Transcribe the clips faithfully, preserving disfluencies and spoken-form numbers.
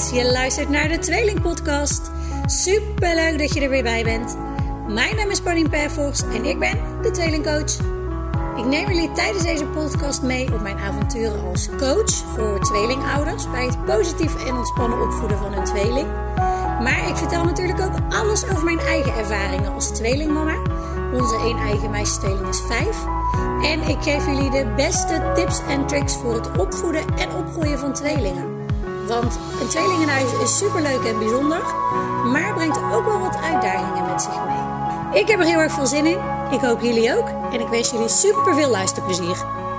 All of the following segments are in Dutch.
lieverd, je luistert naar de Tweeling Podcast. Super leuk dat je er weer bij bent. Mijn naam is Paulien Perfors en ik ben de Tweelingcoach. Ik neem jullie tijdens deze podcast mee op mijn avonturen als coach voor tweelingouders bij het positief en ontspannen opvoeden van hun tweeling. Maar ik vertel natuurlijk ook alles over mijn eigen ervaringen als tweelingmama. Onze één eigen meisjestweeling is vijf. En ik geef jullie de beste tips en tricks voor het opvoeden en opgroeien van tweelingen. Want een tweelingenhuis is superleuk en bijzonder, maar brengt ook wel wat uitdagingen met zich mee. Ik heb er heel erg veel zin in. Ik hoop jullie ook. En ik wens jullie super veel luisterplezier.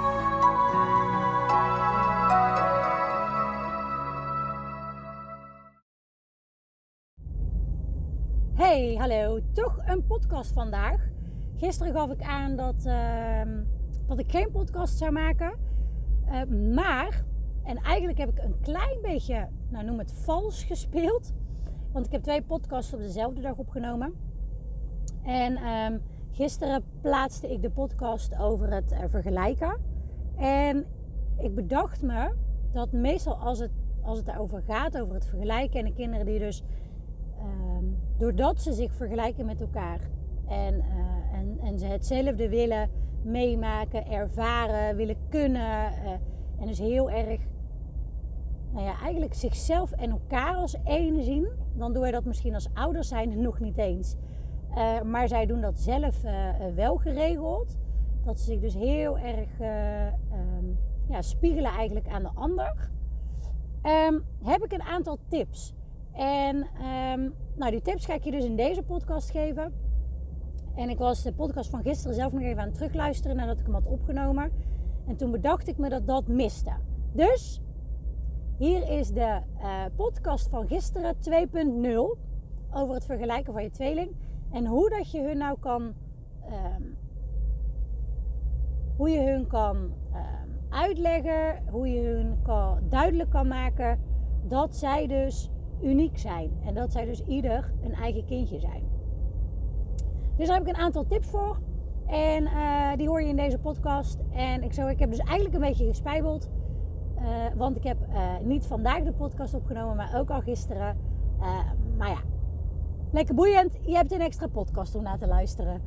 Hey, hallo. Toch een podcast vandaag. Gisteren gaf ik aan dat, uh, dat ik geen podcast zou maken. Uh, maar, en eigenlijk heb ik een klein beetje, nou noem het vals gespeeld. Want ik heb twee podcasts op dezelfde dag opgenomen. En um, gisteren plaatste ik de podcast over het uh, vergelijken. En ik bedacht me dat meestal als het, als het daarover gaat, over het vergelijken. En de kinderen die dus, um, doordat ze zich vergelijken met elkaar. En, uh, en, en ze hetzelfde willen meemaken, ervaren, willen kunnen. Uh, en dus heel erg, nou ja, eigenlijk zichzelf en elkaar als één zien. Dan doe je dat misschien als ouders zijn nog niet eens. Uh, maar zij doen dat zelf uh, wel geregeld. Dat ze zich dus heel erg uh, um, ja, spiegelen eigenlijk aan de ander. Um, heb ik een aantal tips. En um, nou, die tips ga ik je dus in deze podcast geven. En ik was de podcast van gisteren zelf nog even aan het terugluisteren nadat ik hem had opgenomen. En toen bedacht ik me dat dat miste. Dus hier is de uh, podcast van gisteren twee punt nul over het vergelijken van je tweeling. En hoe dat je hun nou kan, um, hoe je hun kan um, uitleggen, hoe je hun kan, duidelijk kan maken dat zij dus uniek zijn. En dat zij dus ieder een eigen kindje zijn. Dus daar heb ik een aantal tips voor. En uh, die hoor je in deze podcast. En ik, zo, ik heb dus eigenlijk een beetje gespijbeld. Uh, want ik heb uh, niet vandaag de podcast opgenomen, maar ook al gisteren. Uh, maar ja, lekker boeiend. Je hebt een extra podcast om naar te luisteren.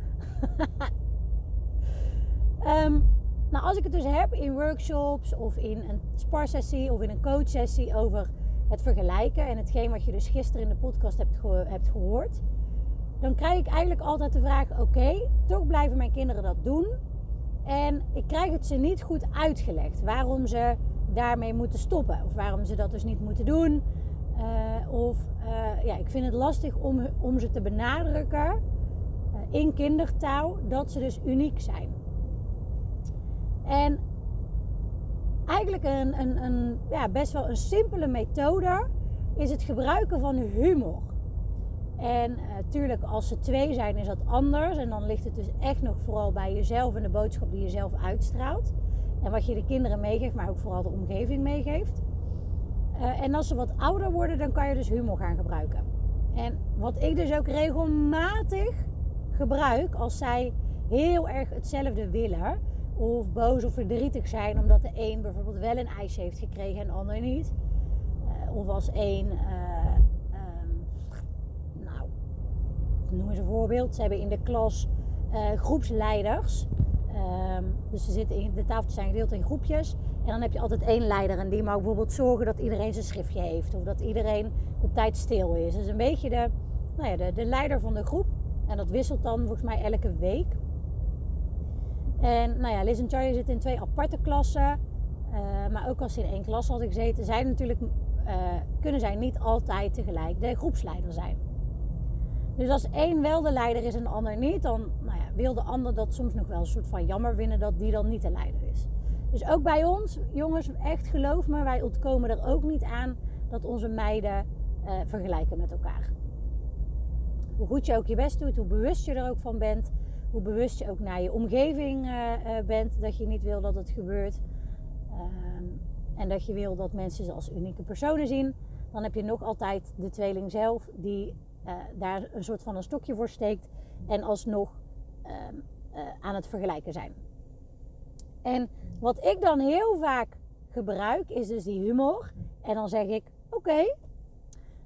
um, nou, als ik het dus heb in workshops of in een sparsessie of in een coachsessie over het vergelijken. En hetgeen wat je dus gisteren in de podcast hebt, geho- hebt gehoord. Dan krijg ik eigenlijk altijd de vraag, oké, okay, toch blijven mijn kinderen dat doen. En ik krijg het ze niet goed uitgelegd waarom ze daarmee moeten stoppen. Of waarom ze dat dus niet moeten doen. Uh, of uh, ja, ik vind het lastig om, om ze te benadrukken uh, in kindertaal dat ze dus uniek zijn. En eigenlijk een, een, een ja, best wel een simpele methode is het gebruiken van humor. En natuurlijk uh, als ze twee zijn is dat anders. En dan ligt het dus echt nog vooral bij jezelf en de boodschap die je zelf uitstraalt. En wat je de kinderen meegeeft, maar ook vooral de omgeving meegeeft. Uh, en als ze wat ouder worden, dan kan je dus humor gaan gebruiken. En wat ik dus ook regelmatig gebruik als zij heel erg hetzelfde willen. Of boos of verdrietig zijn omdat de een bijvoorbeeld wel een ijsje heeft gekregen en de ander niet. Uh, of als een... Uh, Noem eens een voorbeeld. Ze hebben in de klas uh, groepsleiders. Um, dus ze zitten in, de tafeltjes zijn gedeeld in groepjes. En dan heb je altijd één leider. En die mag bijvoorbeeld zorgen dat iedereen zijn schriftje heeft. Of dat iedereen op tijd stil is. Dus een beetje de, nou ja, de, de leider van de groep. En dat wisselt dan volgens mij elke week. En nou ja, Liz en Charlie zitten in twee aparte klassen. Uh, maar ook als ze in één klas hadden gezeten. Zijn natuurlijk, uh, kunnen zij niet altijd tegelijk de groepsleider zijn. Dus als één wel de leider is en de ander niet, dan nou ja, wil de ander dat soms nog wel een soort van jammer vinden dat die dan niet de leider is. Dus ook bij ons, jongens, echt geloof me, wij ontkomen er ook niet aan dat onze meiden uh, vergelijken met elkaar. Hoe goed je ook je best doet, hoe bewust je er ook van bent, hoe bewust je ook naar je omgeving uh, uh, bent, dat je niet wil dat het gebeurt. Uh, en dat je wil dat mensen ze als unieke personen zien. Dan heb je nog altijd de tweeling zelf die... Uh, daar een soort van een stokje voor steekt en alsnog uh, uh, aan het vergelijken zijn. En wat ik dan heel vaak gebruik is dus die humor. En dan zeg ik, oké, okay,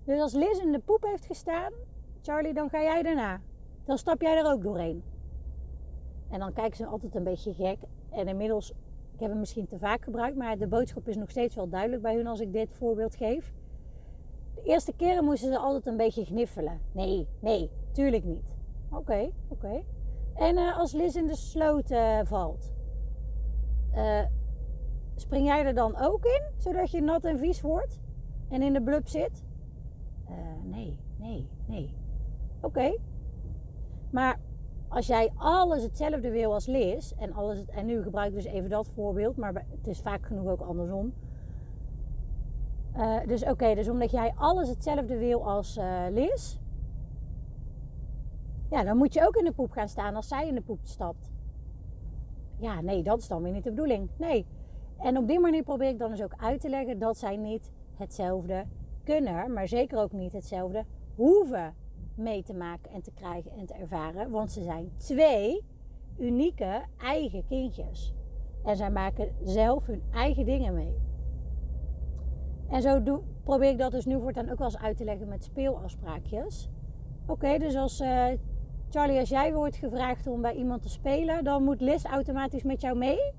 Dus als Liz in de poep heeft gestaan, Charlie, dan ga jij daarna. Dan stap jij er ook doorheen. En dan kijken ze altijd een beetje gek. En inmiddels, ik heb hem misschien te vaak gebruikt, maar de boodschap is nog steeds wel duidelijk bij hun als ik dit voorbeeld geef. De eerste keren moesten ze altijd een beetje gniffelen. Nee, nee, tuurlijk niet. Oké, okay, oké. Okay. En uh, als Liz in de sloot uh, valt, uh, spring jij er dan ook in, zodat je nat en vies wordt en in de blub zit? Uh, nee, nee, nee. Oké. Okay. Maar als jij alles hetzelfde wil als Liz, en, alles, en nu gebruik ik dus even dat voorbeeld, maar het is vaak genoeg ook andersom. Uh, dus oké, okay, dus omdat jij alles hetzelfde wil als uh, Liz, ja, dan moet je ook in de poep gaan staan als zij in de poep stapt. Ja, nee, dat is dan weer niet de bedoeling. Nee. En op die manier probeer ik dan dus ook uit te leggen dat zij niet hetzelfde kunnen, maar zeker ook niet hetzelfde hoeven mee te maken en te krijgen en te ervaren. Want ze zijn twee unieke eigen kindjes. En zij maken zelf hun eigen dingen mee. En zo doe, probeer ik dat dus nu voortaan ook wel eens uit te leggen met speelafspraakjes. Oké, okay, dus als uh, Charlie, als jij wordt gevraagd om bij iemand te spelen, dan moet Liz automatisch met jou mee.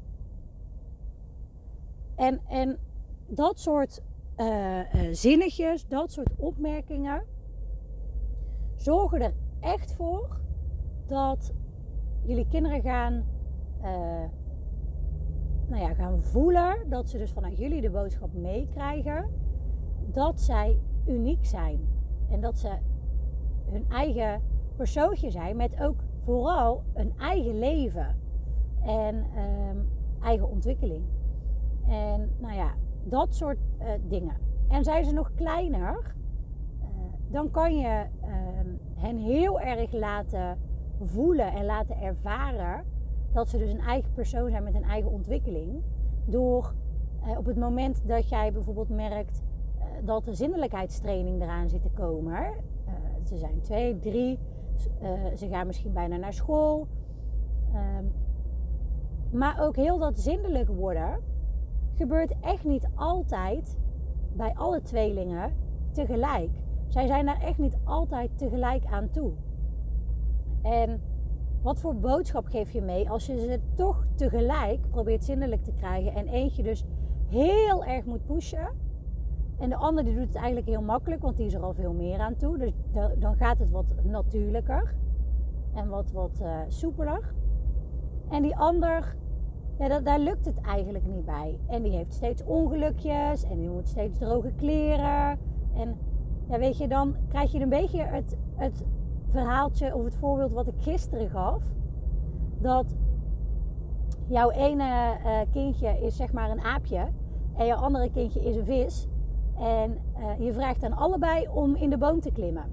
En, en dat soort uh, uh, zinnetjes, dat soort opmerkingen zorgen er echt voor dat jullie kinderen gaan, uh, nou ja, gaan voelen, dat ze dus vanuit jullie de boodschap meekrijgen dat zij uniek zijn. En dat ze hun eigen persoontje zijn met ook vooral een eigen leven en um, eigen ontwikkeling. En nou ja, dat soort uh, dingen. En zijn ze nog kleiner, uh, dan kan je uh, hen heel erg laten voelen en laten ervaren dat ze dus een eigen persoon zijn met een eigen ontwikkeling. Door uh, op het moment dat jij bijvoorbeeld merkt uh, dat de zinnelijkheidstraining eraan zit te komen. Uh, ze zijn twee, drie, uh, ze gaan misschien bijna naar school. Uh, maar ook heel dat zindelijk worden gebeurt echt niet altijd bij alle tweelingen tegelijk. Zij zijn daar echt niet altijd tegelijk aan toe. En wat voor boodschap geef je mee als je ze toch tegelijk probeert zindelijk te krijgen en eentje dus heel erg moet pushen en de ander die doet het eigenlijk heel makkelijk, want die is er al veel meer aan toe. Dus dan gaat het wat natuurlijker en wat, wat uh, soepeler. En die ander, ja, dat, daar lukt het eigenlijk niet bij. En die heeft steeds ongelukjes en die moet steeds droge kleren. En ja, weet je, dan krijg je een beetje het, het verhaaltje of het voorbeeld wat ik gisteren gaf. Dat jouw ene uh, kindje is zeg maar een aapje en jouw andere kindje is een vis. En uh, je vraagt aan allebei om in de boom te klimmen.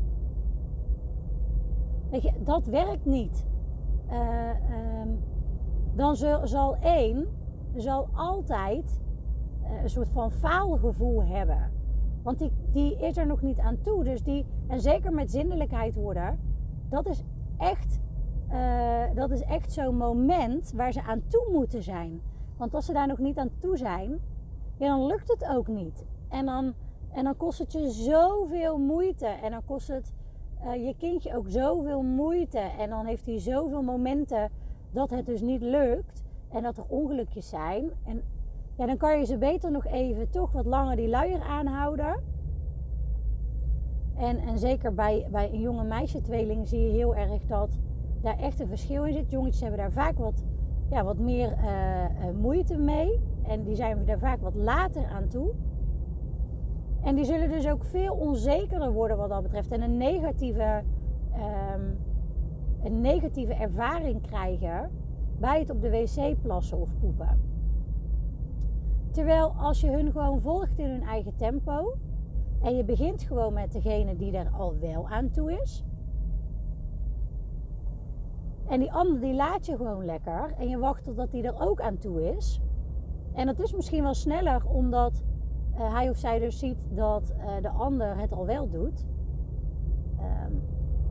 Weet je, dat werkt niet. Uh, um, dan zal, zal één zal altijd uh, een soort van faalgevoel hebben. Want die, die is er nog niet aan toe. Dus die, en zeker met zindelijkheid worden, dat is echt, uh, dat is echt zo'n moment waar ze aan toe moeten zijn. Want als ze daar nog niet aan toe zijn, ja, dan lukt het ook niet. En dan, en dan kost het je zoveel moeite. En dan kost het uh, je kindje ook zoveel moeite. En dan heeft hij zoveel momenten dat het dus niet lukt. En dat er ongelukjes zijn. En ja, dan kan je ze beter nog even toch wat langer die luier aanhouden. En, en zeker bij, bij een jonge meisje-tweeling zie je heel erg dat daar echt een verschil in zit. Jongetjes hebben daar vaak wat, ja, wat meer uh, uh, moeite mee. En die zijn daar vaak wat later aan toe. En die zullen dus ook veel onzekerder worden wat dat betreft. En een negatieve, um, een negatieve ervaring krijgen bij het op de wc plassen of poepen. Terwijl als je hun gewoon volgt in hun eigen tempo. En je begint gewoon met degene die er al wel aan toe is. En die ander die laat je gewoon lekker. En je wacht totdat die er ook aan toe is. En dat is misschien wel sneller omdat uh, hij of zij dus ziet dat uh, de ander het al wel doet. Um,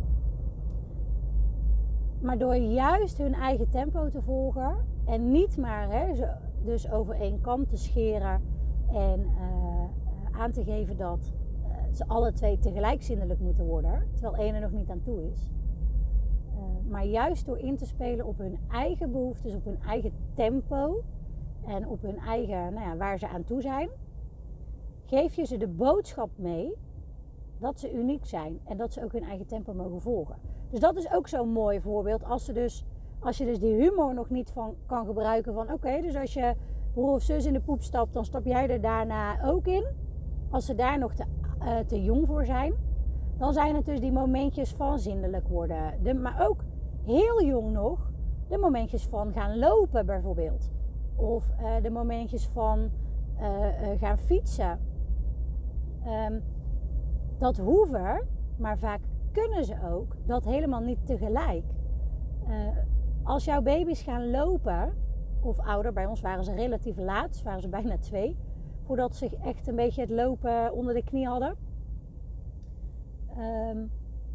maar door juist hun eigen tempo te volgen. En niet maar hè, zo, dus over één kam te scheren. En uh, aan te geven dat uh, ze alle twee tegelijk zindelijk moeten worden, terwijl ene nog niet aan toe is. Uh, maar juist door in te spelen op hun eigen behoeftes, op hun eigen tempo en op hun eigen, nou ja, waar ze aan toe zijn, geef je ze de boodschap mee dat ze uniek zijn en dat ze ook hun eigen tempo mogen volgen. Dus dat is ook zo'n mooi voorbeeld. Als, ze dus, als je dus die humor nog niet van kan gebruiken van oké, okay, dus als je broer of zus in de poep stapt, dan stap jij er daarna ook in. Als ze daar nog te, uh, te jong voor zijn, dan zijn het dus die momentjes van zindelijk worden. De, maar ook heel jong nog, de momentjes van gaan lopen bijvoorbeeld. Of uh, de momentjes van uh, uh, gaan fietsen. Um, dat hoeven, maar vaak kunnen ze ook dat helemaal niet tegelijk. Uh, als jouw baby's gaan lopen, of ouder, bij ons waren ze relatief laat, waren ze bijna twee, voordat ze echt een beetje het lopen onder de knie hadden. Um,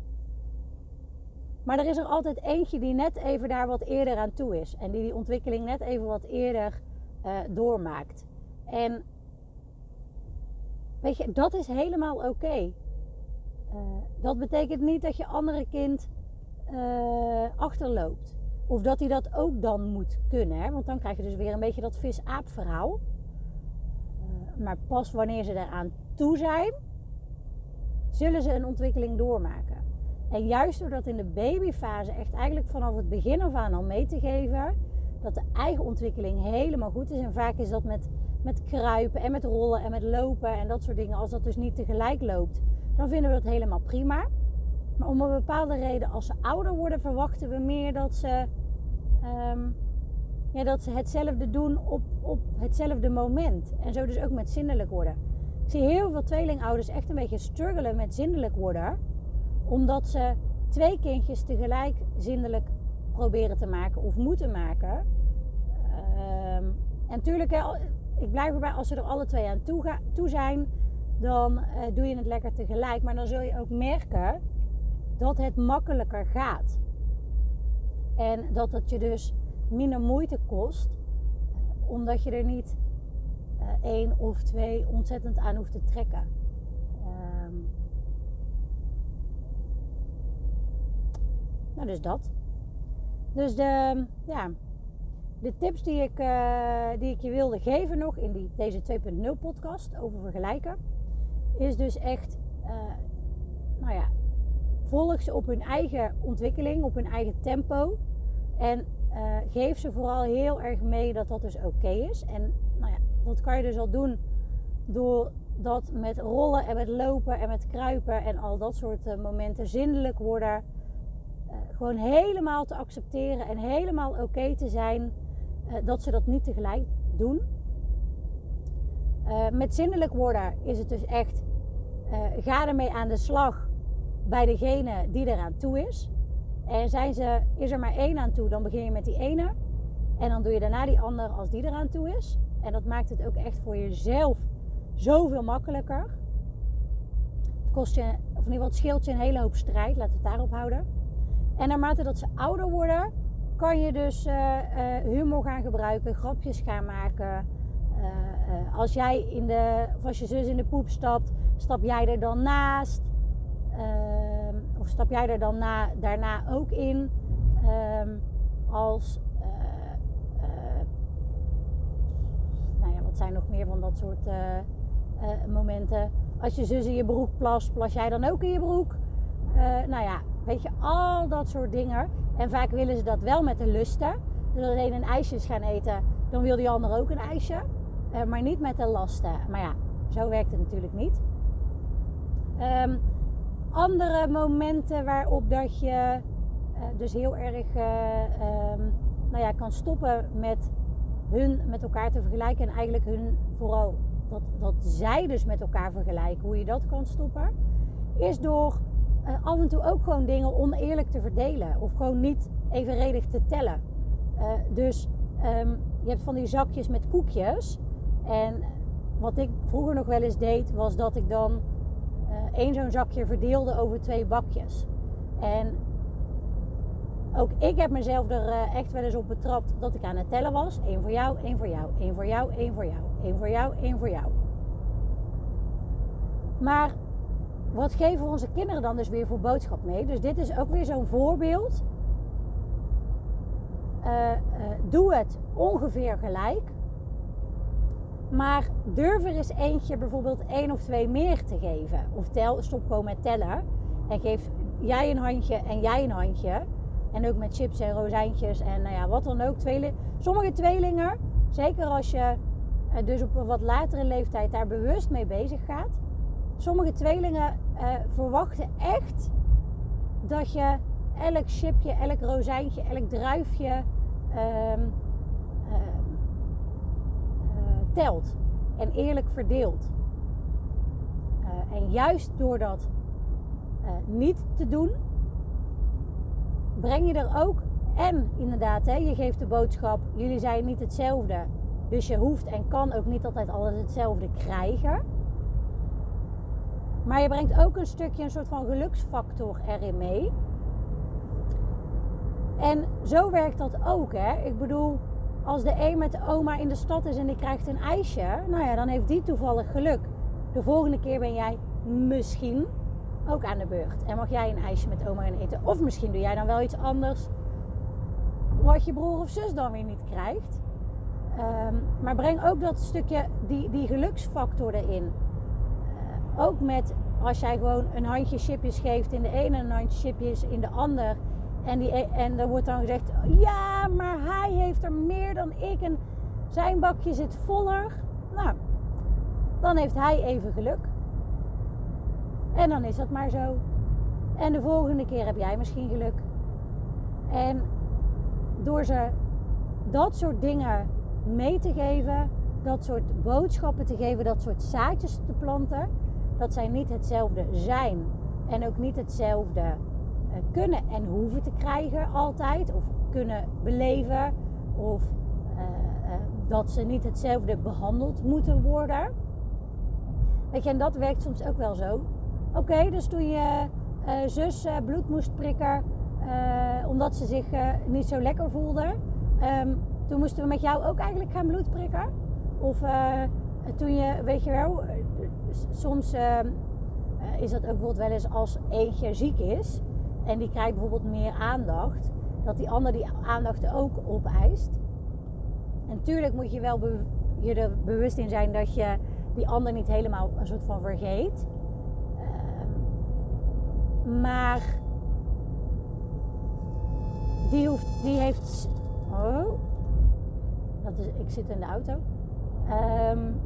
maar er is er altijd eentje die net even daar wat eerder aan toe is. En die die ontwikkeling net even wat eerder uh, doormaakt. En weet je, dat is helemaal oké. Okay. Uh, dat betekent niet dat je andere kind uh, achterloopt. Of dat hij dat ook dan moet kunnen. Hè? Want dan krijg je dus weer een beetje dat vis-aap verhaal. Uh, maar pas wanneer ze eraan toe zijn, zullen ze een ontwikkeling doormaken. En juist door dat in de babyfase echt eigenlijk vanaf het begin af aan al mee te geven, dat de eigen ontwikkeling helemaal goed is. En vaak is dat met, met kruipen en met rollen en met lopen en dat soort dingen. Als dat dus niet tegelijk loopt, dan vinden we dat helemaal prima. Maar om een bepaalde reden, als ze ouder worden, verwachten we meer dat ze, um, ja, dat ze hetzelfde doen op, op hetzelfde moment. En zo dus ook met zindelijk worden. Ik zie heel veel tweelingouders echt een beetje struggelen met zindelijk worden. Omdat ze twee kindjes tegelijk zindelijk proberen te maken of moeten maken. Um, en natuurlijk, ik blijf erbij, als ze er alle twee aan toe, ga, toe zijn, dan uh, doe je het lekker tegelijk. Maar dan zul je ook merken dat het makkelijker gaat. En dat het je dus minder moeite kost, omdat je er niet uh, één of twee ontzettend aan hoeft te trekken. Um, nou, dus dat. Dus de, ja, de tips die ik, uh, die ik je wilde geven nog in die, deze twee punt nul podcast over vergelijken, is dus echt, uh, nou ja, volg ze op hun eigen ontwikkeling, op hun eigen tempo. En uh, geef ze vooral heel erg mee dat dat dus oké okay is. En nou ja, dat kan je dus al doen door dat met rollen en met lopen en met kruipen en al dat soort uh, momenten zindelijk worden. Uh, gewoon helemaal te accepteren en helemaal oké okay te zijn uh, dat ze dat niet tegelijk doen. Uh, met zindelijk worden is het dus echt, uh, ga ermee aan de slag bij degene die eraan toe is. En zijn ze, is er maar één aan toe, dan begin je met die ene. En dan doe je daarna die andere als die eraan toe is. En dat maakt het ook echt voor jezelf zoveel makkelijker. Het kost je, of in ieder geval het scheelt je een hele hoop strijd. Laten we het daarop houden. En naarmate dat ze ouder worden, kan je dus uh, uh, humor gaan gebruiken, grapjes gaan maken. Uh, uh, als jij in de, of als je zus in de poep stapt, stap jij er dan naast. Uh, of stap jij er dan na, daarna ook in. Uh, als, uh, uh, nou ja, wat zijn nog meer van dat soort uh, uh, momenten. Als je zus in je broek plast, plas jij dan ook in je broek. Uh, nou ja, weet je, al dat soort dingen. En vaak willen ze dat wel met de lusten. Dus als een een ijsje is gaan eten, dan wil die ander ook een ijsje. Uh, maar niet met de lasten. Maar ja, zo werkt het natuurlijk niet. Um, andere momenten waarop dat je uh, dus heel erg uh, um, nou ja, kan stoppen met hun met elkaar te vergelijken. En eigenlijk hun vooral dat, dat zij dus met elkaar vergelijken. Hoe je dat kan stoppen. Is door uh, af en toe ook gewoon dingen oneerlijk te verdelen. Of gewoon niet evenredig te tellen. Uh, dus um, je hebt van die zakjes met koekjes. En wat ik vroeger nog wel eens deed, was dat ik dan uh, één zo'n zakje verdeelde over twee bakjes. En ook ik heb mezelf er uh, echt wel eens op betrapt dat ik aan het tellen was. Eén voor jou, één voor jou, één voor jou, één voor jou, één voor jou, één voor jou. Maar wat geven we onze kinderen dan dus weer voor boodschap mee? Dus dit is ook weer zo'n voorbeeld. Uh, uh, doe het ongeveer gelijk. Maar durf er eens eentje bijvoorbeeld één of twee meer te geven. Of tel, stop gewoon met tellen. En geef jij een handje en jij een handje. En ook met chips en rozijntjes en nou ja, wat dan ook. Tweeling. Sommige tweelingen, zeker als je uh, dus op een wat latere leeftijd daar bewust mee bezig gaat. Sommige tweelingen uh, verwachten echt dat je elk chipje, elk rozijntje, elk druifje um, uh, uh, telt. En eerlijk verdeelt. Uh, en juist door dat uh, niet te doen, breng je er ook, en inderdaad, hè, je geeft de boodschap, jullie zijn niet hetzelfde. Dus je hoeft en kan ook niet altijd alles hetzelfde krijgen. Maar je brengt ook een stukje, een soort van geluksfactor erin mee. En zo werkt dat ook, hè. Ik bedoel, als de een met de oma in de stad is en die krijgt een ijsje, nou ja, dan heeft die toevallig geluk. De volgende keer ben jij misschien ook aan de beurt. En mag jij een ijsje met oma gaan eten. Of misschien doe jij dan wel iets anders wat je broer of zus dan weer niet krijgt. Um, maar breng ook dat stukje, die, die geluksfactor erin. Uh, ook met, als jij gewoon een handje chipjes geeft in de ene en een handje chipjes in de ander. En, die, en er wordt dan gezegd, ja, maar hij heeft er meer dan ik. En zijn bakje zit voller. Nou, dan heeft hij even geluk. En dan is dat maar zo. En de volgende keer heb jij misschien geluk. En door ze dat soort dingen mee te geven, dat soort boodschappen te geven, dat soort zaadjes te planten, dat zij niet hetzelfde zijn en ook niet hetzelfde uh, kunnen en hoeven te krijgen altijd, of kunnen beleven, of uh, uh, dat ze niet hetzelfde behandeld moeten worden. Weet je, en dat werkt soms ook wel zo. Oké, okay, dus toen je uh, zus uh, bloed moest prikken, uh, omdat ze zich uh, niet zo lekker voelde, um, toen moesten we met jou ook eigenlijk gaan bloed prikken. Of uh, toen je, weet je wel, soms uh, is dat ook bijvoorbeeld wel eens als eentje ziek is en die krijgt bijvoorbeeld meer aandacht, dat die ander die aandacht ook opeist. En tuurlijk moet je wel be- je er bewust in zijn dat je die ander niet helemaal een soort van vergeet. Uh, maar die, hoeft, die heeft... Oh, dat is, ik zit in de auto. Um,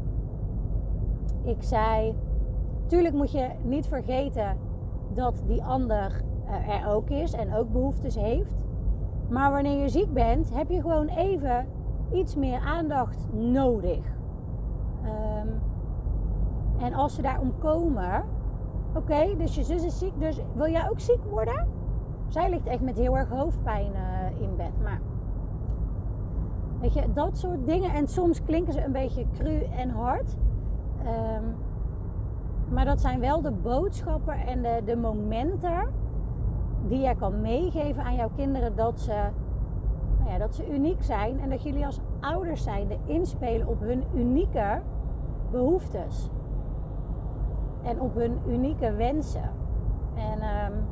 ik zei, tuurlijk moet je niet vergeten dat die ander uh, er ook is en ook behoeftes heeft. Maar wanneer je ziek bent, heb je gewoon even iets meer aandacht nodig. Um, en als ze daarom komen, oké, okay, dus je zus is ziek, dus wil jij ook ziek worden? Zij ligt echt met heel erg hoofdpijn uh, in bed. Maar weet je, dat soort dingen. En soms klinken ze een beetje cru en hard. Um, maar dat zijn wel de boodschappen en de, de momenten die jij kan meegeven aan jouw kinderen dat ze, nou ja, dat ze uniek zijn. En dat jullie als ouders zijnde inspelen op hun unieke behoeftes. En op hun unieke wensen. En um,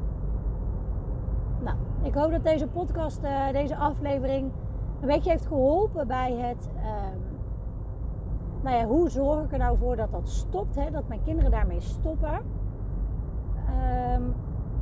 nou, ik hoop dat deze podcast, uh, deze aflevering een beetje heeft geholpen bij het... Um, nou ja, hoe zorg ik er nou voor dat dat stopt, hè? Dat mijn kinderen daarmee stoppen. Um,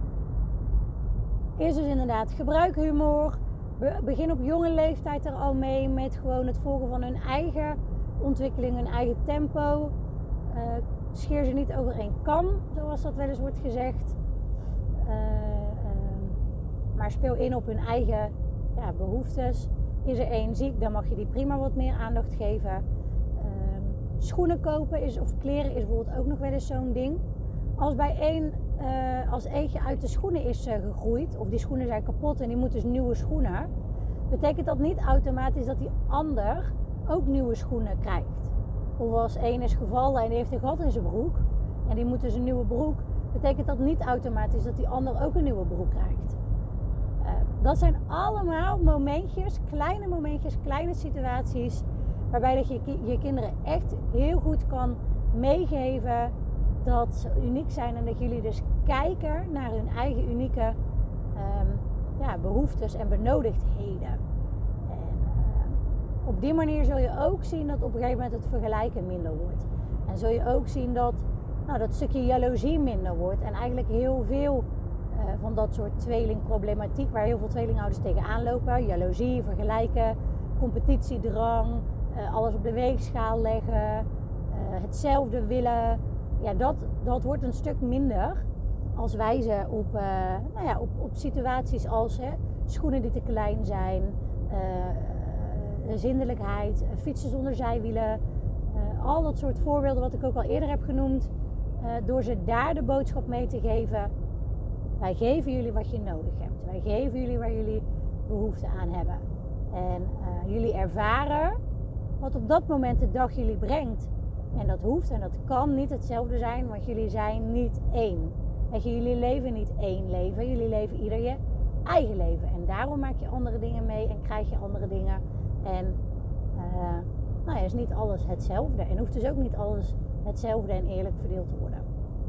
is dus inderdaad, gebruik humor. Be- begin op jonge leeftijd er al mee met gewoon het volgen van hun eigen ontwikkeling, hun eigen tempo. Uh, scheer ze niet over één kam, zoals dat wel eens wordt gezegd. Uh, uh, maar speel in op hun eigen ja, behoeftes. Is er één ziek, dan mag je die prima wat meer aandacht geven. Uh, schoenen kopen is, of kleren is bijvoorbeeld ook nog wel eens zo'n ding. Als bij één, uh, als eentje uit de schoenen is uh, gegroeid, of die schoenen zijn kapot en die moet dus nieuwe schoenen, betekent dat niet automatisch dat die ander ook nieuwe schoenen krijgt. Of als één is gevallen en die heeft een gat in zijn broek en die moet dus een nieuwe broek, betekent dat niet automatisch dat die ander ook een nieuwe broek krijgt. Uh, dat zijn allemaal momentjes, kleine momentjes, kleine situaties waarbij dat je je kinderen echt heel goed kan meegeven dat ze uniek zijn en dat jullie dus kijken naar hun eigen unieke um, ja, behoeftes en benodigdheden. En uh, op die manier zul je ook zien dat op een gegeven moment het vergelijken minder wordt. En zul je ook zien dat nou, dat stukje jaloezie minder wordt. En eigenlijk heel veel uh, van dat soort tweelingproblematiek, waar heel veel tweelingouders tegenaan lopen. Jaloezie, vergelijken, competitiedrang, uh, alles op de weegschaal leggen, uh, hetzelfde willen. Ja, dat, dat wordt een stuk minder als wij ze op, uh, nou ja, op, op situaties als hè, schoenen die te klein zijn, uh, zindelijkheid, fietsen zonder zijwielen, uh, al dat soort voorbeelden wat ik ook al eerder heb genoemd. Uh, door ze daar de boodschap mee te geven. Wij geven jullie wat je nodig hebt. Wij geven jullie waar jullie behoefte aan hebben. En uh, jullie ervaren wat op dat moment de dag jullie brengt. En dat hoeft en dat kan niet hetzelfde zijn, want jullie zijn niet één. Weet je, jullie leven niet één leven. Jullie leven ieder je eigen leven. En daarom maak je andere dingen mee en krijg je andere dingen. En uh, nou ja, is niet alles hetzelfde. En hoeft dus ook niet alles hetzelfde en eerlijk verdeeld te worden.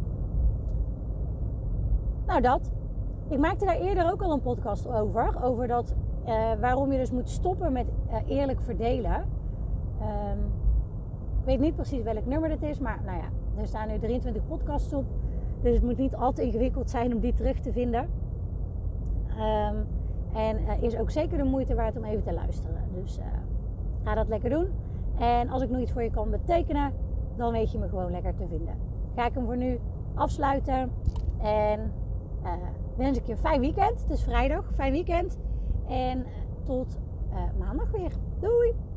Nou dat. Ik maakte daar eerder ook al een podcast over. Over dat, uh, waarom je dus moet stoppen met uh, eerlijk verdelen. Um, ik weet niet precies welk nummer het is. Maar nou ja, er staan nu drieëntwintig podcasts op. Dus het moet niet al te ingewikkeld zijn om die terug te vinden. Um, en uh, is ook zeker de moeite waard om even te luisteren. Dus uh, ga dat lekker doen. En als ik nog iets voor je kan betekenen, dan weet je me gewoon lekker te vinden. Ga ik hem voor nu afsluiten. En uh, wens ik je een fijn weekend. Het is vrijdag, fijn weekend. En uh, tot uh, maandag weer. Doei!